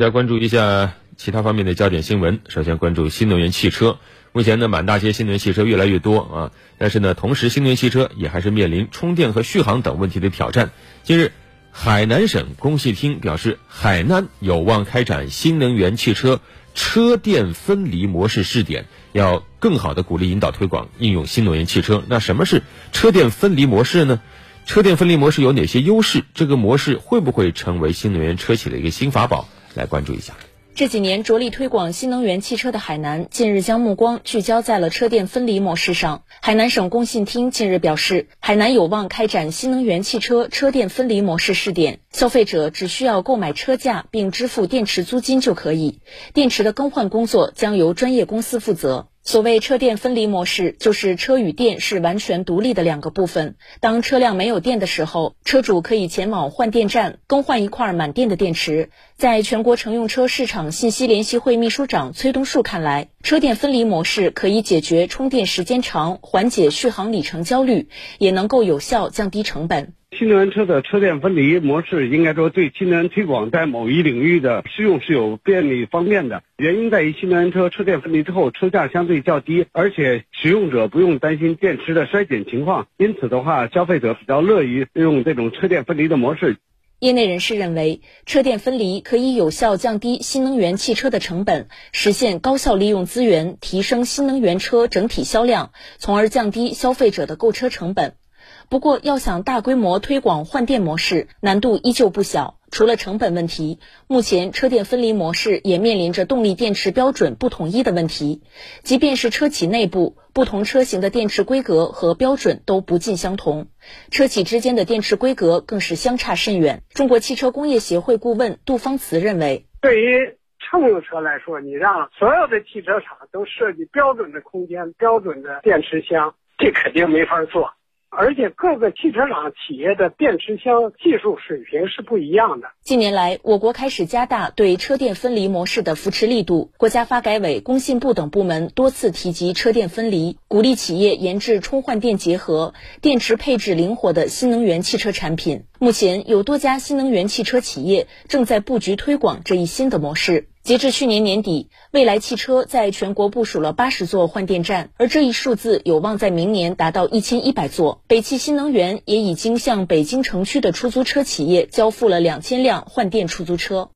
再关注一下其他方面的焦点新闻。首先关注新能源汽车。目前呢，满大街新能源汽车越来越多啊，但是呢，同时新能源汽车也还是面临充电和续航等问题的挑战。近日，海南省工信厅表示，海南有望开展新能源汽车车电分离模式试点，要更好地鼓励引导推广应用新能源汽车。那什么是车电分离模式呢？车电分离模式有哪些优势？这个模式会不会成为新能源车企的一个新法宝？来关注一下。 这几年着力推广新能源汽车的海南，近日将目光聚焦在了车电分离模式上。海南省工信厅近日表示，海南有望开展新能源汽车车电分离模式试点，消费者只需要购买车架并支付电池租金就可以，电池的更换工作将由专业公司负责。所谓车电分离模式，就是车与电是完全独立的两个部分。当车辆没有电的时候，车主可以前往换电站更换一块满电的电池。在全国乘用车市场信息联席会秘书长崔东树看来，车电分离模式可以解决充电时间长，缓解续航里程焦虑，也能够有效降低成本。 新能源车的车电分离模式应该说对新能源推广在某一领域的适用是有便利方面的。原因在于新能源车车电分离之后车价相对较低，而且使用者不用担心电池的衰减情况，因此的话消费者比较乐于用这种车电分离的模式。 业内人士认为，车电分离可以有效降低新能源汽车的成本，实现高效利用资源，提升新能源车整体销量，从而降低消费者的购车成本。不过，要想大规模推广换电模式，难度依旧不小。除了成本问题，目前车电分离模式也面临着动力电池标准不统一的问题。即便是车企内部，不同车型的电池规格和标准都不尽相同，车企之间的电池规格更是相差甚远。中国汽车工业协会顾问杜方慈认为， 对于乘用车来说，你让所有的汽车厂都设计标准的空间、标准的电池箱，这肯定没法做。而且各个汽车厂企业的电池箱技术水平是不一样的。 近年来，我国开始加大对车电分离模式的扶持力度，国家发改委、工信部等部门多次提及车电分离，鼓励企业研制充换电结合、电池配置灵活的新能源汽车产品。目前有多家新能源汽车企业正在布局推广这一新的模式。截至去年年底，蔚来汽车在全国部署了80座换电站，而这一数字有望在明年达到1100座。北汽新能源也已经向北京城区的出租车企业交付了2000辆换电出租车。